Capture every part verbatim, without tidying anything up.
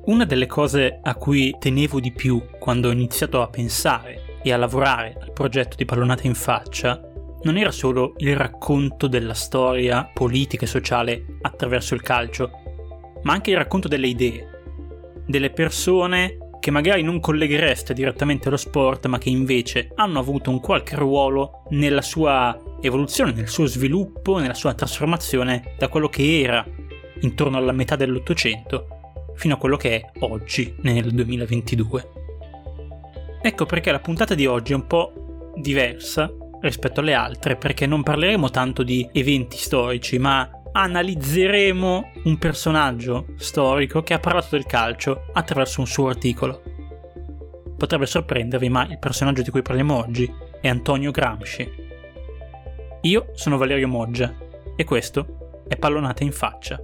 Una delle cose a cui tenevo di più quando ho iniziato a pensare e a lavorare al progetto di Pallonata in Faccia non era solo il racconto della storia politica e sociale attraverso il calcio, ma anche il racconto delle idee, delle persone che magari non colleghereste direttamente allo sport, ma che invece hanno avuto un qualche ruolo nella sua evoluzione, nel suo sviluppo, nella sua trasformazione da quello che era intorno alla metà dell'Ottocento fino a quello che è oggi, nel duemilaventidue. Ecco perché la puntata di oggi è un po' diversa rispetto alle altre, perché non parleremo tanto di eventi storici, ma analizzeremo un personaggio storico che ha parlato del calcio attraverso un suo articolo. Potrebbe sorprendervi, ma il personaggio di cui parliamo oggi è Antonio Gramsci. Io sono Valerio Moggia e questo è Pallonata in Faccia.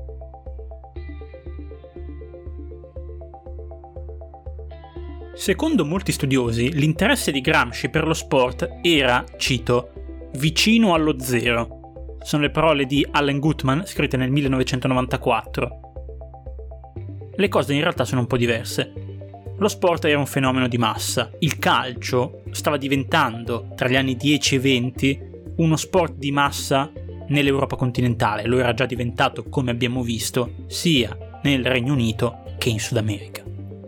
Secondo molti studiosi, l'interesse di Gramsci per lo sport era, cito, vicino allo zero. Sono le parole di Alan Gutman, scritte nel millenovecentonovantaquattro. Le cose in realtà sono un po' diverse. Lo sport era un fenomeno di massa. Il calcio stava diventando, tra gli anni dieci e venti, uno sport di massa nell'Europa continentale. Lo era già diventato, come abbiamo visto, sia nel Regno Unito che in Sud America.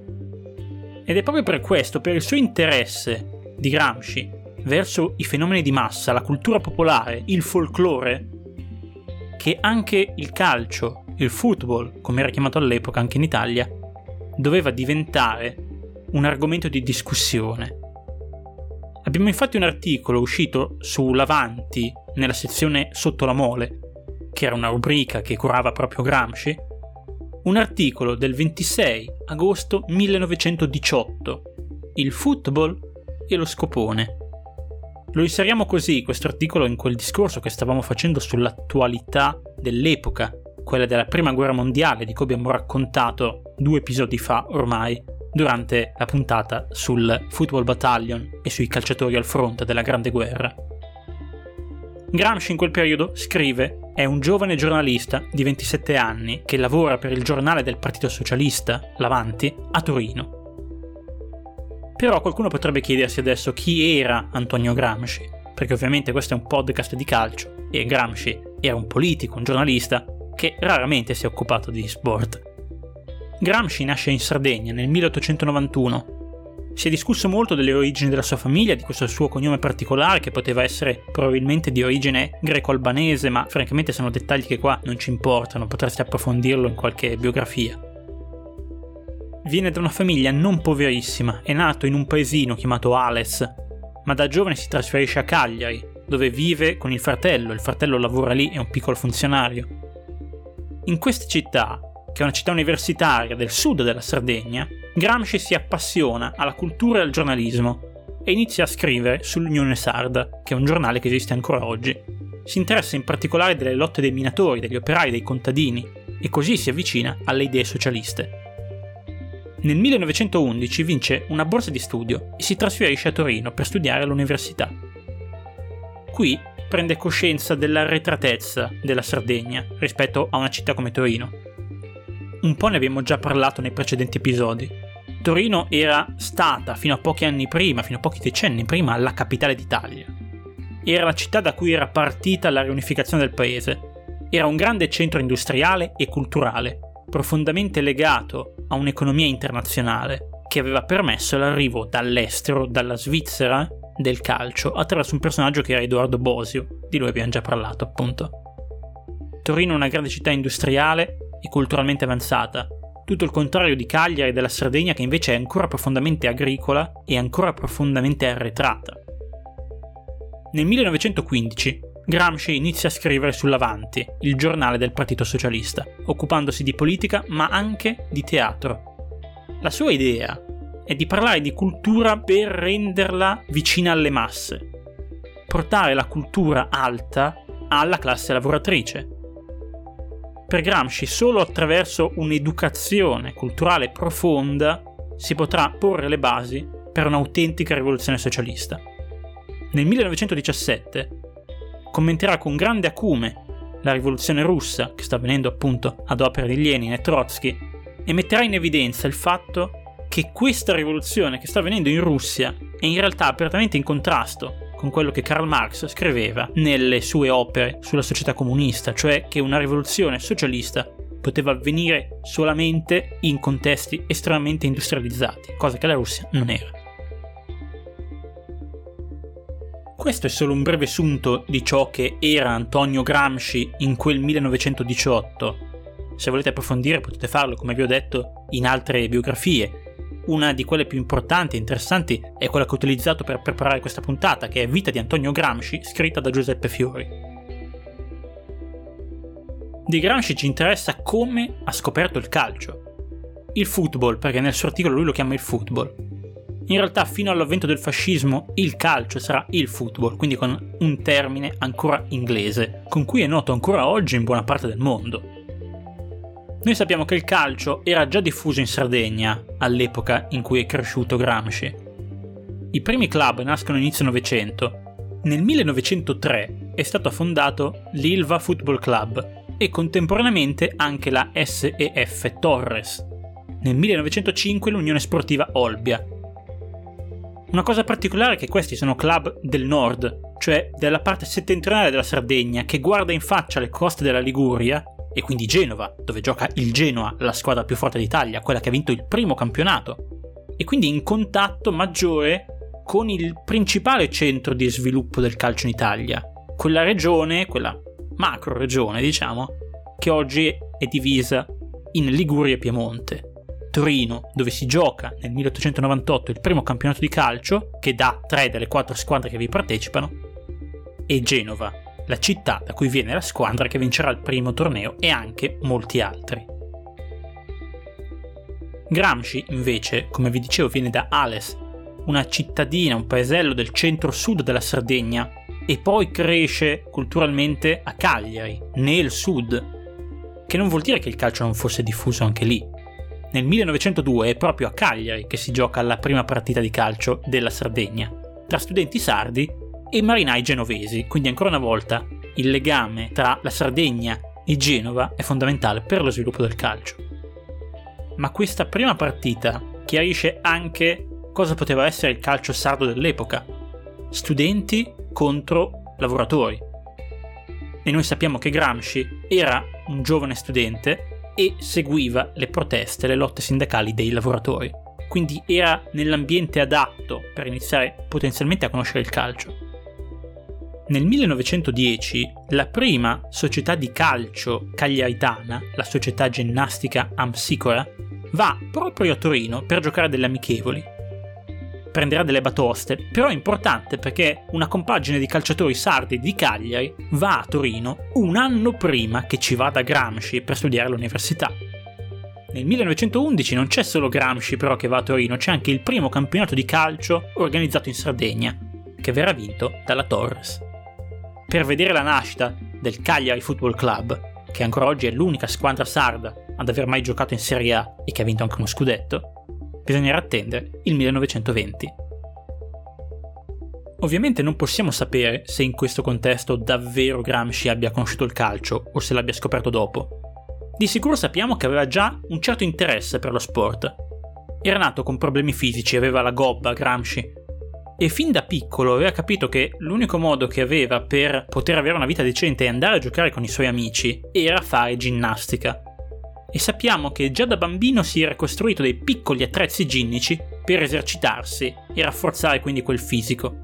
Ed è proprio per questo, per il suo interesse di Gramsci verso i fenomeni di massa, la cultura popolare, il folklore, che anche il calcio, il football, come era chiamato all'epoca anche in Italia, doveva diventare un argomento di discussione. Abbiamo infatti un articolo uscito su l'Avanti, nella sezione Sotto la Mole, che era una rubrica che curava proprio Gramsci, un articolo del ventisei agosto millenovecentodiciotto, il football e lo scopone. Lo inseriamo così, questo articolo, in quel discorso che stavamo facendo sull'attualità dell'epoca, quella della Prima Guerra Mondiale, di cui abbiamo raccontato due episodi fa ormai, durante la puntata sul Football Battalion e sui calciatori al fronte della Grande Guerra. Gramsci in quel periodo, scrive, è un giovane giornalista di ventisette anni che lavora per il giornale del Partito Socialista, l'Avanti, a Torino. Però qualcuno potrebbe chiedersi adesso chi era Antonio Gramsci, perché ovviamente questo è un podcast di calcio e Gramsci era un politico, un giornalista che raramente si è occupato di sport. Gramsci nasce in Sardegna nel milleottocentonovantuno. Si è discusso molto delle origini della sua famiglia, di questo suo cognome particolare che poteva essere probabilmente di origine greco-albanese, ma francamente sono dettagli che qua non ci importano, potreste approfondirlo in qualche biografia. Viene da una famiglia non poverissima, è nato in un paesino chiamato Ales, ma da giovane si trasferisce a Cagliari, dove vive con il fratello, il fratello lavora lì, è un piccolo funzionario. In questa città, che è una città universitaria del sud della Sardegna, Gramsci si appassiona alla cultura e al giornalismo e inizia a scrivere sull'Unione Sarda, che è un giornale che esiste ancora oggi. Si interessa in particolare delle lotte dei minatori, degli operai, dei contadini e così si avvicina alle idee socialiste. Nel millenovecentoundici vince una borsa di studio e si trasferisce a Torino per studiare all'università. Qui prende coscienza dell'arretratezza della Sardegna rispetto a una città come Torino. Un po' ne abbiamo già parlato nei precedenti episodi. Torino era stata, fino a pochi anni prima, fino a pochi decenni prima, la capitale d'Italia. Era la città da cui era partita la riunificazione del paese. Era un grande centro industriale e culturale, profondamente legato a un'economia internazionale, che aveva permesso l'arrivo dall'estero, dalla Svizzera, del calcio, attraverso un personaggio che era Edoardo Bosio, di lui abbiamo già parlato appunto. Torino è una grande città industriale e culturalmente avanzata, tutto il contrario di Cagliari e della Sardegna, che invece è ancora profondamente agricola e ancora profondamente arretrata. Nel millenovecentoquindici Gramsci inizia a scrivere sull'Avanti, il giornale del Partito Socialista, occupandosi di politica ma anche di teatro. La sua idea è di parlare di cultura per renderla vicina alle masse, portare la cultura alta alla classe lavoratrice. Per Gramsci solo attraverso un'educazione culturale profonda si potrà porre le basi per un'autentica rivoluzione socialista. Nel millenovecentodiciassette commenterà con grande acume la rivoluzione russa che sta avvenendo appunto ad opera di Lenin e Trotsky e metterà in evidenza il fatto che questa rivoluzione che sta avvenendo in Russia è in realtà apertamente in contrasto con quello che Karl Marx scriveva nelle sue opere sulla società comunista, cioè che una rivoluzione socialista poteva avvenire solamente in contesti estremamente industrializzati, cosa che la Russia non era. Questo è solo un breve sunto di ciò che era Antonio Gramsci in quel millenovecentodiciotto. Se volete approfondire potete farlo, come vi ho detto, in altre biografie. Una di quelle più importanti e interessanti è quella che ho utilizzato per preparare questa puntata, che è Vita di Antonio Gramsci, scritta da Giuseppe Fiori. Di Gramsci ci interessa come ha scoperto il calcio. Il football, perché nel suo articolo lui lo chiama il football. In realtà fino all'avvento del fascismo il calcio sarà il football, quindi con un termine ancora inglese, con cui è noto ancora oggi in buona parte del mondo. Noi sappiamo che il calcio era già diffuso in Sardegna all'epoca in cui è cresciuto Gramsci. I primi club nascono inizio Novecento. Nel millenovecentotre è stato fondato l'Ilva Football Club e contemporaneamente anche la S E F Torres. Nel millenovecentocinque l'Unione Sportiva Olbia. Una cosa particolare è che questi sono club del nord, cioè della parte settentrionale della Sardegna, che guarda in faccia le coste della Liguria, e quindi Genova, dove gioca il Genoa, la squadra più forte d'Italia, quella che ha vinto il primo campionato, e quindi in contatto maggiore con il principale centro di sviluppo del calcio in Italia, quella regione, quella macro regione diciamo, che oggi è divisa in Liguria e Piemonte. Torino, dove si gioca nel milleottocentonovantotto il primo campionato di calcio, che dà tre delle quattro squadre che vi partecipano, e Genova, la città da cui viene la squadra che vincerà il primo torneo, e anche molti altri. Gramsci, invece, come vi dicevo, viene da Ales, una cittadina, un paesello del centro-sud della Sardegna, e poi cresce culturalmente a Cagliari, nel sud, che non vuol dire che il calcio non fosse diffuso anche lì. Nel millenovecentodue è proprio a Cagliari che si gioca la prima partita di calcio della Sardegna, tra studenti sardi e marinai genovesi, quindi ancora una volta il legame tra la Sardegna e Genova è fondamentale per lo sviluppo del calcio. Ma questa prima partita chiarisce anche cosa poteva essere il calcio sardo dell'epoca: studenti contro lavoratori. E noi sappiamo che Gramsci era un giovane studente e seguiva le proteste, le lotte sindacali dei lavoratori. Quindi era nell'ambiente adatto per iniziare potenzialmente a conoscere il calcio. Nel millenovecentodieci la prima società di calcio cagliaritana, la società ginnastica Amsicora, va proprio a Torino per giocare delle amichevoli. Prenderà delle batoste, però è importante perché una compagine di calciatori sardi di Cagliari va a Torino un anno prima che ci vada Gramsci per studiare all'università. Nel millenovecentoundici non c'è solo Gramsci però che va a Torino, c'è anche il primo campionato di calcio organizzato in Sardegna, che verrà vinto dalla Torres. Per vedere la nascita del Cagliari Football Club, che ancora oggi è l'unica squadra sarda ad aver mai giocato in Serie A e che ha vinto anche uno scudetto, bisognerà attendere il millenovecentoventi. Ovviamente non possiamo sapere se in questo contesto davvero Gramsci abbia conosciuto il calcio o se l'abbia scoperto dopo. Di sicuro sappiamo che aveva già un certo interesse per lo sport. Era nato con problemi fisici, aveva la gobba Gramsci, e fin da piccolo aveva capito che l'unico modo che aveva per poter avere una vita decente e andare a giocare con i suoi amici era fare ginnastica. E sappiamo che già da bambino si era costruito dei piccoli attrezzi ginnici per esercitarsi e rafforzare quindi quel fisico.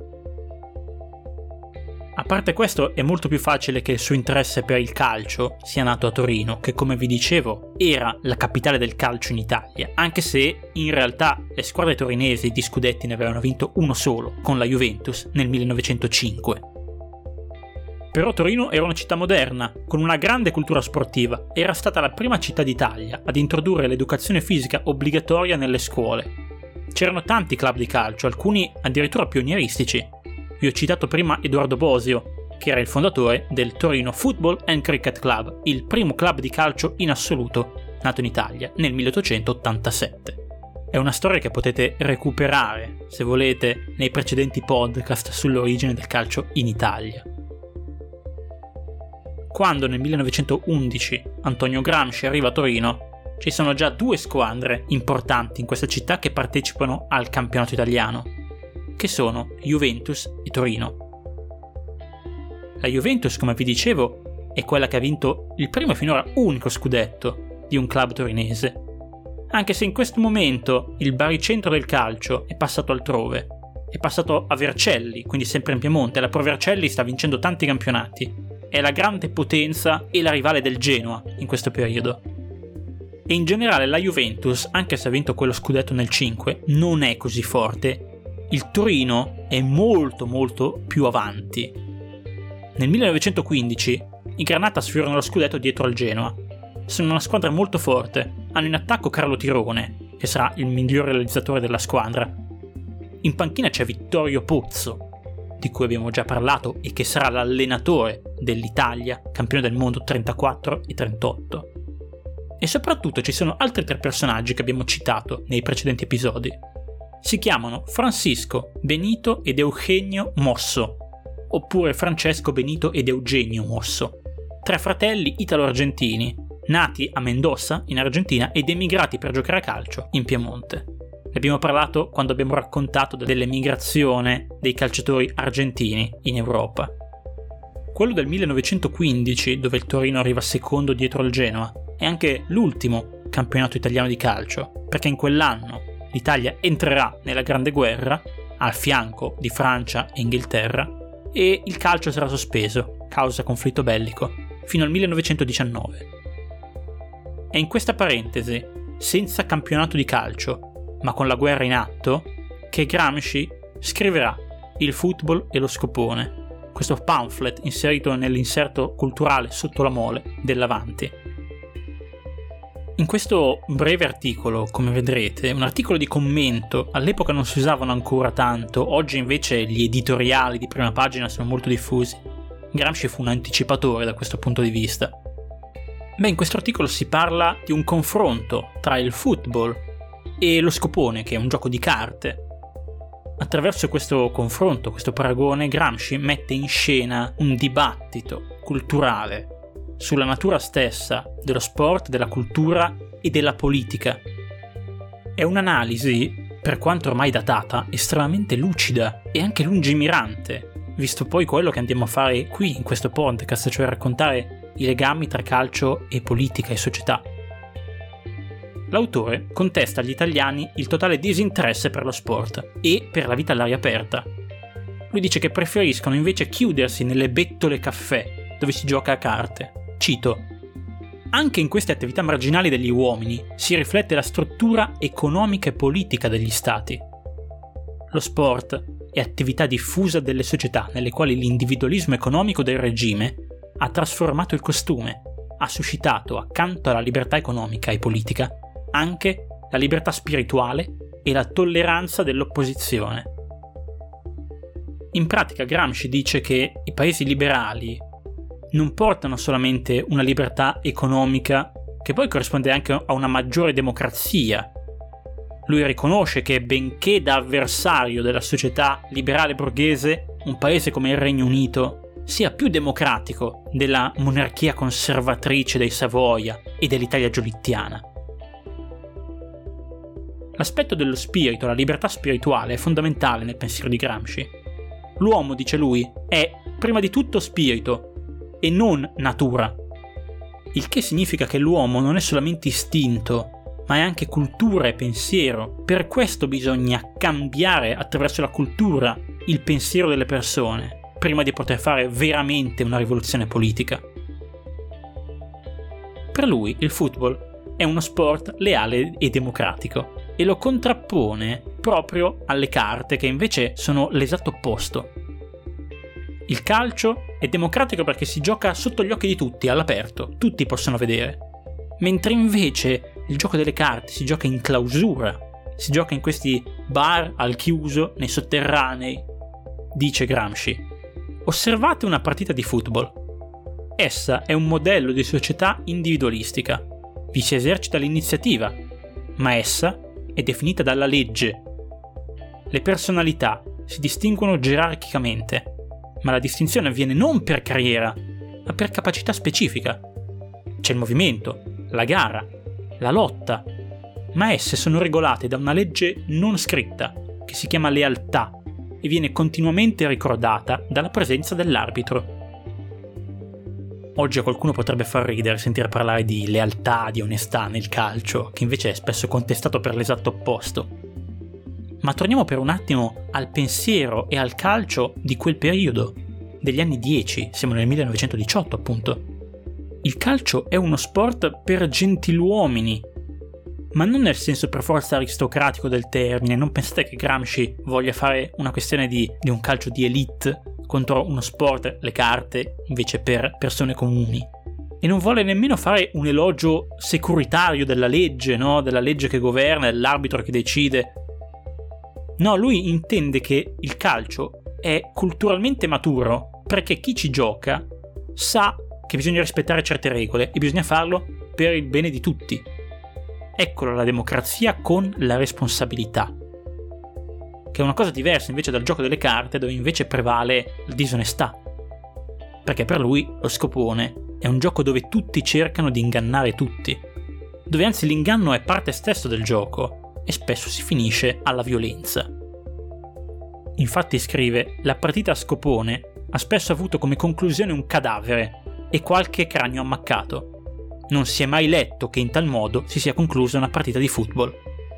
A parte questo, è molto più facile che il suo interesse per il calcio sia nato a Torino, che come vi dicevo era la capitale del calcio in Italia, anche se in realtà le squadre torinesi di scudetti ne avevano vinto uno solo, con la Juventus nel millenovecentocinque. Però Torino era una città moderna, con una grande cultura sportiva. Era stata la prima città d'Italia ad introdurre l'educazione fisica obbligatoria nelle scuole. C'erano tanti club di calcio, alcuni addirittura pionieristici. Vi ho citato prima Edoardo Bosio, che era il fondatore del Torino Football and Cricket Club, il primo club di calcio in assoluto nato in Italia nel milleottocentottantasette. È una storia che potete recuperare, se volete, nei precedenti podcast sull'origine del calcio in Italia. Quando nel millenovecentoundici Antonio Gramsci arriva a Torino, ci sono già due squadre importanti in questa città che partecipano al campionato italiano, che sono Juventus e Torino. La Juventus, come vi dicevo, è quella che ha vinto il primo e finora unico scudetto di un club torinese, anche se in questo momento il baricentro del calcio è passato altrove, è passato a Vercelli, quindi sempre in Piemonte. La Pro Vercelli sta vincendo tanti campionati, è la grande potenza e la rivale del Genoa in questo periodo. E in generale la Juventus, anche se ha vinto quello scudetto nel cinque, non è così forte. Il Torino è molto molto più avanti. Nel millenovecentoquindici i Granata sfiorano lo scudetto dietro al Genoa. Sono una squadra molto forte, hanno in attacco Carlo Tirone, che sarà il miglior realizzatore della squadra. In panchina c'è Vittorio Pozzo, di cui abbiamo già parlato e che sarà l'allenatore dell'Italia, campione del mondo trentaquattro e trentotto. E soprattutto ci sono altri tre personaggi che abbiamo citato nei precedenti episodi. Si chiamano Francisco, Benito ed Eugenio Mosso, oppure Francesco, Benito ed Eugenio Mosso, tre fratelli italo-argentini, nati a Mendoza, in Argentina, ed emigrati per giocare a calcio in Piemonte. Ne abbiamo parlato quando abbiamo raccontato dell'emigrazione dei calciatori argentini in Europa. Quello del millenovecentoquindici, dove il Torino arriva secondo dietro al Genoa, è anche l'ultimo campionato italiano di calcio, perché in quell'anno l'Italia entrerà nella Grande Guerra al fianco di Francia e Inghilterra e il calcio sarà sospeso, causa conflitto bellico, fino al millenovecentodiciannove. È in questa parentesi, senza campionato di calcio, ma con la guerra in atto, che Gramsci scriverà Il football e lo scopone, questo pamphlet inserito nell'inserto culturale sotto la mole dell'Avanti. In questo breve articolo, come vedrete, un articolo di commento, all'epoca non si usavano ancora tanto, oggi invece gli editoriali di prima pagina sono molto diffusi. Gramsci fu un anticipatore da questo punto di vista. Beh, in questo articolo si parla di un confronto tra il football e lo scopone, che è un gioco di carte. Attraverso questo confronto, questo paragone, Gramsci mette in scena un dibattito culturale sulla natura stessa dello sport, della cultura e della politica. È un'analisi, per quanto ormai datata, estremamente lucida e anche lungimirante, visto poi quello che andiamo a fare qui in questo podcast, cioè raccontare i legami tra calcio e politica e società. L'autore contesta agli italiani il totale disinteresse per lo sport e per la vita all'aria aperta. Lui dice che preferiscono invece chiudersi nelle bettole caffè dove si gioca a carte. Cito: anche in queste attività marginali degli uomini si riflette la struttura economica e politica degli stati. Lo sport è attività diffusa delle società nelle quali l'individualismo economico del regime ha trasformato il costume, ha suscitato, accanto alla libertà economica e politica, anche la libertà spirituale e la tolleranza dell'opposizione. In pratica Gramsci dice che i paesi liberali non portano solamente una libertà economica, che poi corrisponde anche a una maggiore democrazia. Lui riconosce che, benché da avversario della società liberale borghese, un paese come il Regno Unito sia più democratico della monarchia conservatrice dei Savoia e dell'Italia giolittiana. L'aspetto dello spirito, la libertà spirituale, è fondamentale nel pensiero di Gramsci. L'uomo, dice lui, è prima di tutto spirito e non natura, il che significa che l'uomo non è solamente istinto, ma è anche cultura e pensiero. Per questo bisogna cambiare attraverso la cultura il pensiero delle persone, prima di poter fare veramente una rivoluzione politica. Per lui il football è uno sport leale e democratico e lo contrappone proprio alle carte, che invece sono l'esatto opposto. Il calcio è democratico perché si gioca sotto gli occhi di tutti, all'aperto, tutti possono vedere, mentre invece il gioco delle carte si gioca in clausura, si gioca in questi bar al chiuso, nei sotterranei. Dice Gramsci: osservate una partita di football. Essa è un modello di società individualistica. Vi si esercita l'iniziativa, ma essa è definita dalla legge. Le personalità si distinguono gerarchicamente, ma la distinzione avviene non per carriera, ma per capacità specifica. C'è il movimento, la gara, la lotta, ma esse sono regolate da una legge non scritta, che si chiama lealtà, e viene continuamente ricordata dalla presenza dell'arbitro. Oggi a qualcuno potrebbe far ridere sentire parlare di lealtà, di onestà nel calcio, che invece è spesso contestato per l'esatto opposto. Ma torniamo per un attimo al pensiero e al calcio di quel periodo, degli anni dieci, siamo nel millenovecentodiciotto appunto. Il calcio è uno sport per gentiluomini, ma non nel senso per forza aristocratico del termine. Non pensate che Gramsci voglia fare una questione di, di un calcio di elite contro uno sport, le carte, invece per persone comuni. E non vuole nemmeno fare un elogio securitario della legge, no? Della legge che governa, dell'arbitro che decide. No, lui intende che il calcio è culturalmente maturo perché chi ci gioca sa che bisogna rispettare certe regole e bisogna farlo per il bene di tutti. Eccolo la democrazia con la responsabilità, che è una cosa diversa invece dal gioco delle carte, dove invece prevale la disonestà, perché per lui lo scopone è un gioco dove tutti cercano di ingannare tutti, dove anzi l'inganno è parte stessa del gioco e spesso si finisce alla violenza. Infatti scrive: la partita a scopone ha spesso avuto come conclusione un cadavere e qualche cranio ammaccato. Non si è mai letto che in tal modo si sia conclusa una partita di football.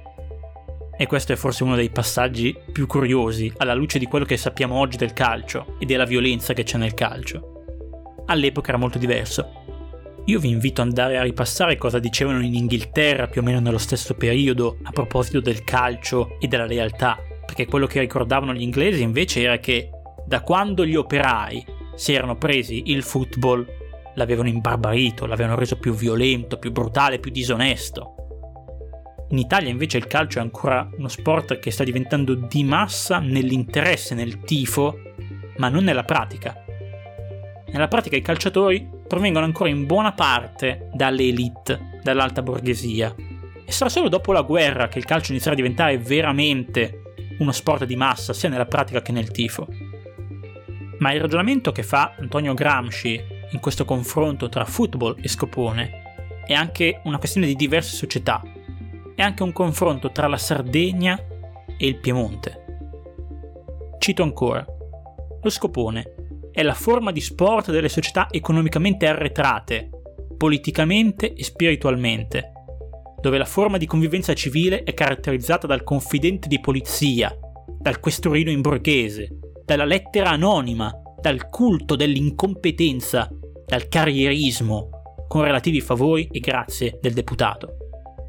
E questo è forse uno dei passaggi più curiosi alla luce di quello che sappiamo oggi del calcio e della violenza che c'è nel calcio. All'epoca era molto diverso. Io vi invito ad andare a ripassare cosa dicevano in Inghilterra più o meno nello stesso periodo a proposito del calcio e della lealtà, perché quello che ricordavano gli inglesi invece era che da quando gli operai si erano presi il football l'avevano imbarbarito, l'avevano reso più violento, più brutale, più disonesto. In Italia invece il calcio è ancora uno sport che sta diventando di massa nell'interesse, nel tifo, ma non nella pratica. Nella pratica i calciatori provengono ancora in buona parte dalle elite, dall'alta borghesia. E sarà solo dopo la guerra che il calcio inizierà a diventare veramente uno sport di massa, sia nella pratica che nel tifo. Ma il ragionamento che fa Antonio Gramsci in questo confronto tra football e scopone è anche una questione di diverse società, è anche un confronto tra la Sardegna e il Piemonte. Cito ancora: lo scopone è la forma di sport delle società economicamente arretrate, politicamente e spiritualmente, dove la forma di convivenza civile è caratterizzata dal confidente di polizia, dal questurino in borghese, dalla lettera anonima, dal culto dell'incompetenza, dal carrierismo, con relativi favori e grazie del deputato.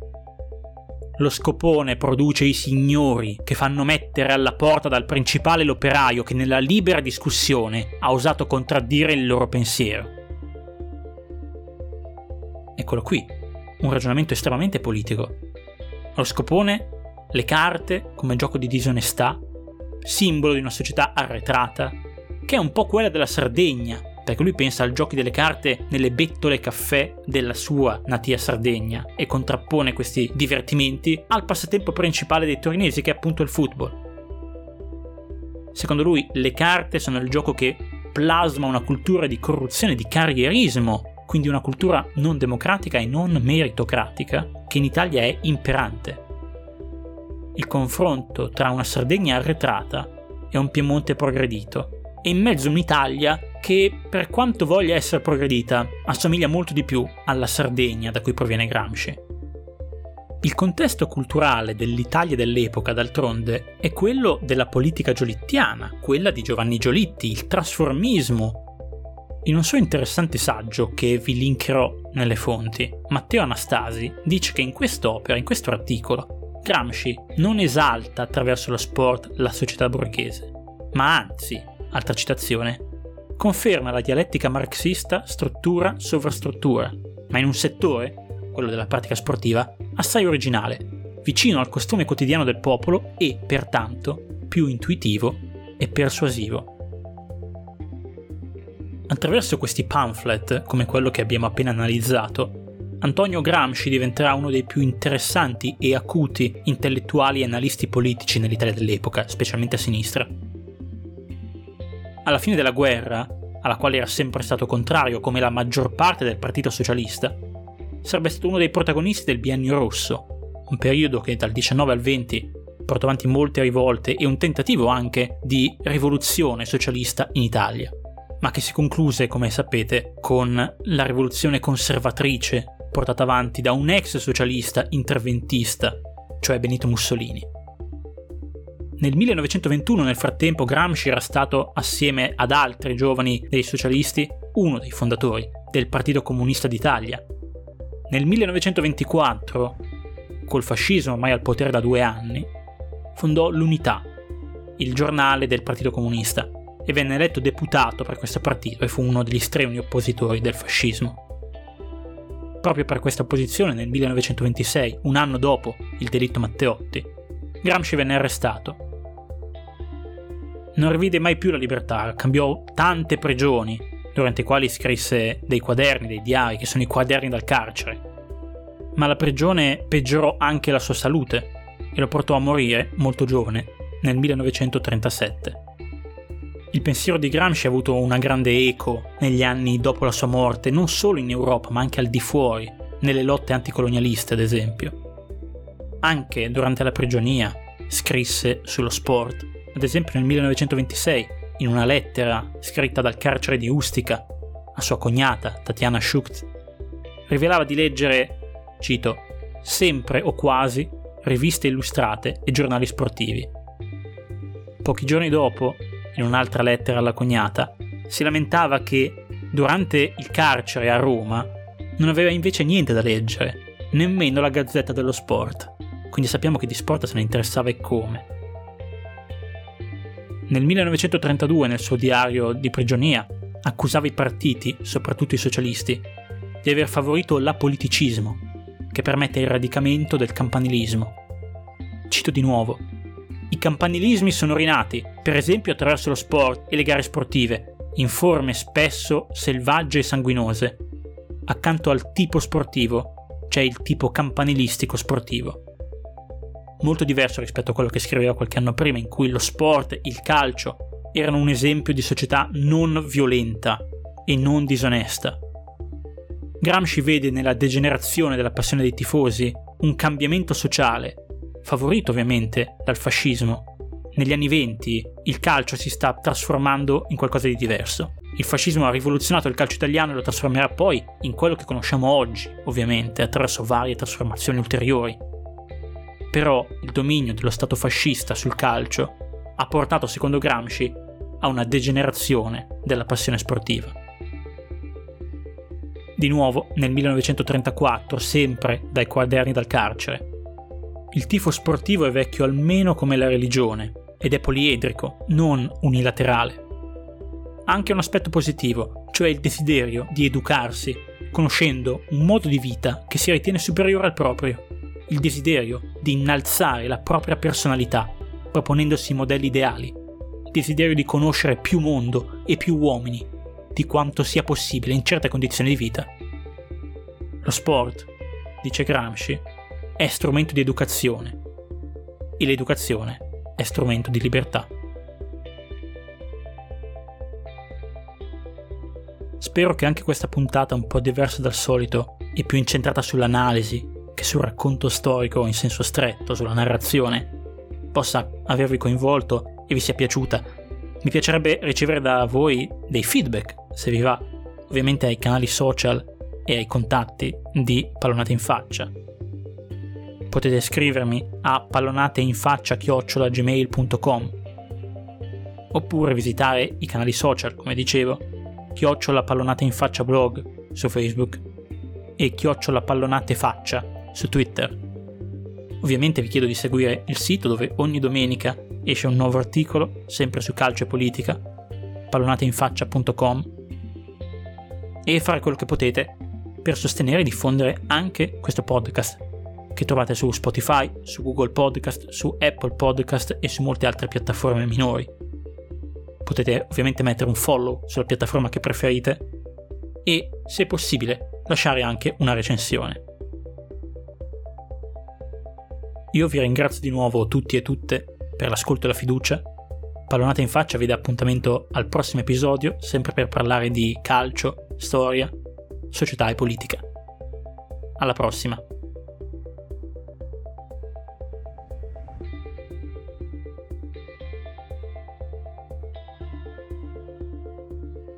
Lo scopone produce i signori che fanno mettere alla porta dal principale l'operaio che nella libera discussione ha osato contraddire il loro pensiero. Eccolo qui, un ragionamento estremamente politico. Lo scopone, le carte come gioco di disonestà, simbolo di una società arretrata, che è un po' quella della Sardegna, perché lui pensa al giochi delle carte nelle bettole caffè della sua natia Sardegna e contrappone questi divertimenti al passatempo principale dei torinesi, che è appunto il football. Secondo lui le carte sono il gioco che plasma una cultura di corruzione, di carrierismo, quindi una cultura non democratica e non meritocratica che in Italia è imperante. Il confronto tra una Sardegna arretrata e un Piemonte progredito, e in mezzo un'Italia che, per quanto voglia essere progredita, assomiglia molto di più alla Sardegna da cui proviene Gramsci. Il contesto culturale dell'Italia dell'epoca, d'altronde, è quello della politica giolittiana, quella di Giovanni Giolitti, il trasformismo. In un suo interessante saggio, che vi linkerò nelle fonti, Matteo Anastasi dice che in quest'opera, in questo articolo, Gramsci non esalta attraverso lo sport la società borghese, ma anzi, altra citazione, conferma la dialettica marxista struttura-sovrastruttura, ma in un settore, quello della pratica sportiva, assai originale, vicino al costume quotidiano del popolo e, pertanto, più intuitivo e persuasivo. Attraverso questi pamphlet, come quello che abbiamo appena analizzato, Antonio Gramsci diventerà uno dei più interessanti e acuti intellettuali e analisti politici nell'Italia dell'epoca, specialmente a sinistra. Alla fine della guerra, alla quale era sempre stato contrario come la maggior parte del Partito Socialista, sarebbe stato uno dei protagonisti del Biennio Rosso, un periodo che dal diciannove al venti portò avanti molte rivolte e un tentativo anche di rivoluzione socialista in Italia, ma che si concluse, come sapete, con la rivoluzione conservatrice portata avanti da un ex socialista interventista, cioè Benito Mussolini. Nel millenovecentoventuno, nel frattempo, Gramsci era stato, assieme ad altri giovani dei socialisti, uno dei fondatori del Partito Comunista d'Italia. Nel millenovecentoventiquattro, col fascismo ormai al potere da due anni, fondò l'Unità, il giornale del Partito Comunista, e venne eletto deputato per questo partito e fu uno degli strenuoni oppositori del fascismo. Proprio per questa opposizione, nel millenovecentoventisei, un anno dopo il delitto Matteotti, Gramsci venne arrestato. Non rivide mai più la libertà, cambiò tante prigioni, durante i quali scrisse dei quaderni, dei diari, che sono i quaderni dal carcere. Ma la prigione peggiorò anche la sua salute e lo portò a morire molto giovane, nel millenovecentotrentasette. Il pensiero di Gramsci ha avuto una grande eco negli anni dopo la sua morte, non solo in Europa ma anche al di fuori, nelle lotte anticolonialiste ad esempio. Anche durante la prigionia scrisse sullo sport, ad esempio nel millenovecentoventisei, in una lettera scritta dal carcere di Ustica a sua cognata Tatiana Schucht, rivelava di leggere, cito, sempre o quasi riviste illustrate e giornali sportivi. Pochi giorni dopo, in un'altra lettera alla cognata, si lamentava che durante il carcere a Roma non aveva invece niente da leggere, nemmeno la Gazzetta dello Sport, quindi sappiamo che di sport se ne interessava e come. Nel millenovecentotrentadue, nel suo diario di prigionia, accusava i partiti, soprattutto i socialisti, di aver favorito l'apoliticismo, che permette il radicamento del campanilismo. Cito di nuovo: i campanilismi sono rinati, per esempio attraverso lo sport e le gare sportive, in forme spesso selvagge e sanguinose. Accanto al tipo sportivo c'è il tipo campanilistico sportivo. Molto diverso rispetto a quello che scriveva qualche anno prima, in cui lo sport, il calcio, erano un esempio di società non violenta e non disonesta. Gramsci vede nella degenerazione della passione dei tifosi un cambiamento sociale, favorito ovviamente dal fascismo. Negli anni venti il calcio si sta trasformando in qualcosa di diverso. Il fascismo ha rivoluzionato il calcio italiano e lo trasformerà poi in quello che conosciamo oggi, ovviamente, attraverso varie trasformazioni ulteriori. Però il dominio dello Stato fascista sul calcio ha portato, secondo Gramsci, a una degenerazione della passione sportiva. Di nuovo, nel millenovecentotrentaquattro, sempre dai quaderni dal carcere, il tifo sportivo è vecchio almeno come la religione ed è poliedrico, non unilaterale. Ha anche un aspetto positivo, cioè il desiderio di educarsi, conoscendo un modo di vita che si ritiene superiore al proprio, il desiderio di innalzare la propria personalità, proponendosi modelli ideali, il desiderio di conoscere più mondo e più uomini di quanto sia possibile in certe condizioni di vita. Lo sport, dice Gramsci, è strumento di educazione e l'educazione è strumento di libertà. Spero che anche questa puntata, un po' diversa dal solito e più incentrata sull'analisi che sul racconto storico in senso stretto, sulla narrazione, possa avervi coinvolto e vi sia piaciuta. Mi piacerebbe ricevere da voi dei feedback, se vi va, ovviamente ai canali social e ai contatti di Pallonate in Faccia. Potete scrivermi a pallonateinfaccia chiocciola gmail punto com oppure visitare i canali social, come dicevo, chiocciola Pallonate in Faccia blog su Facebook e chiocciola Pallonate Faccia su Twitter. Ovviamente vi chiedo di seguire il sito, dove ogni domenica esce un nuovo articolo, sempre su calcio e politica, pallonateinfaccia punto com, e fare quello che potete per sostenere e diffondere anche questo podcast, che trovate su Spotify, su Google Podcast, su Apple Podcast e su molte altre piattaforme minori. Potete ovviamente mettere un follow sulla piattaforma che preferite e, se possibile, lasciare anche una recensione. Io vi ringrazio di nuovo tutti e tutte per l'ascolto e la fiducia. Pallonate in Faccia vi dà appuntamento al prossimo episodio, sempre per parlare di calcio, storia, società e politica. Alla prossima.